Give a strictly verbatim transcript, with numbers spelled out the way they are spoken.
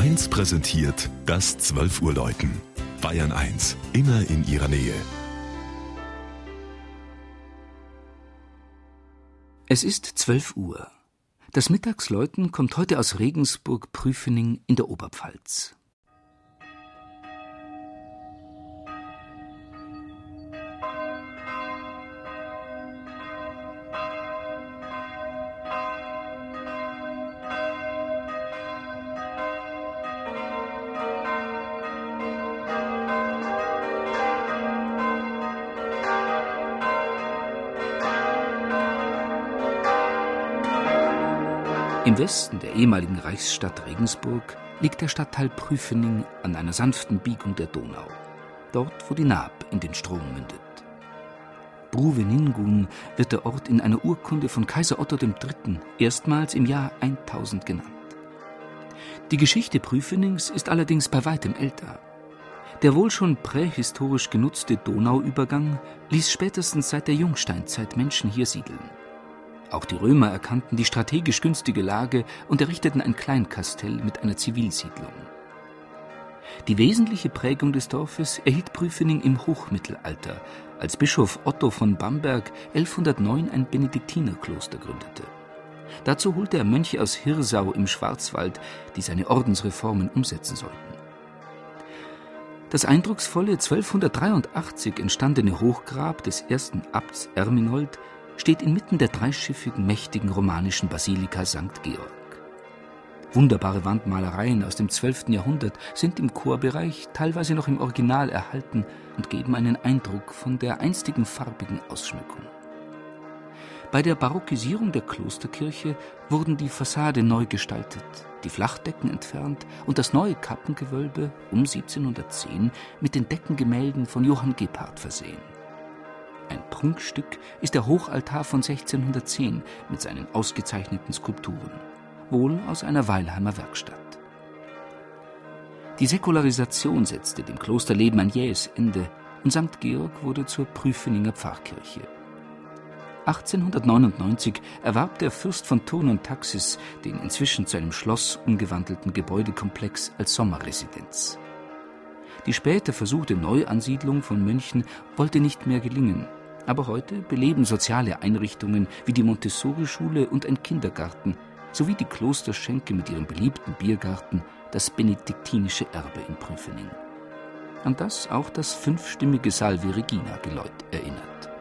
eins präsentiert das zwölf Uhr Läuten. Bayern eins, immer in ihrer Nähe. Es ist zwölf Uhr. Das Mittagsläuten kommt heute aus Regensburg-Prüfening in der Oberpfalz. Im Westen der ehemaligen Reichsstadt Regensburg liegt der Stadtteil Prüfening an einer sanften Biegung der Donau, dort, wo die Naab in den Strom mündet. Bruveningun wird der Ort in einer Urkunde von Kaiser Otto der Dritte erstmals im Jahr tausend genannt. Die Geschichte Prüfenings ist allerdings bei weitem älter. Der wohl schon prähistorisch genutzte Donauübergang ließ spätestens seit der Jungsteinzeit Menschen hier siedeln. Auch die Römer erkannten die strategisch günstige Lage und errichteten ein Kleinkastell mit einer Zivilsiedlung. Die wesentliche Prägung des Dorfes erhielt Prüfening im Hochmittelalter, als Bischof Otto von Bamberg elfhundertneun ein Benediktinerkloster gründete. Dazu holte er Mönche aus Hirsau im Schwarzwald, die seine Ordensreformen umsetzen sollten. Das eindrucksvolle zwölfhundertdreiundachtzig entstandene Hochgrab des ersten Abts Erminold steht inmitten der dreischiffigen, mächtigen romanischen Basilika Sankt Georg. Wunderbare Wandmalereien aus dem zwölften Jahrhundert sind im Chorbereich teilweise noch im Original erhalten und geben einen Eindruck von der einstigen farbigen Ausschmückung. Bei der Barockisierung der Klosterkirche wurden die Fassade neu gestaltet, die Flachdecken entfernt und das neue Kappengewölbe um siebzehnhundertzehn mit den Deckengemälden von Johann Gebhardt versehen. Ein Prunkstück ist der Hochaltar von sechzehnhundertzehn mit seinen ausgezeichneten Skulpturen, wohl aus einer Weilheimer Werkstatt. Die Säkularisation setzte dem Klosterleben ein jähes Ende und Sankt Georg wurde zur Prüfeninger Pfarrkirche. achtzehnhundertneunundneunzig erwarb der Fürst von Thurn und Taxis den inzwischen zu einem Schloss umgewandelten Gebäudekomplex als Sommerresidenz. Die später versuchte Neuansiedlung von Mönchen wollte nicht mehr gelingen, aber heute beleben soziale Einrichtungen wie die Montessori-Schule und ein Kindergarten sowie die Klosterschenke mit ihrem beliebten Biergarten das benediktinische Erbe in Prüfening. An das auch das fünfstimmige Salve Regina Geläut erinnert.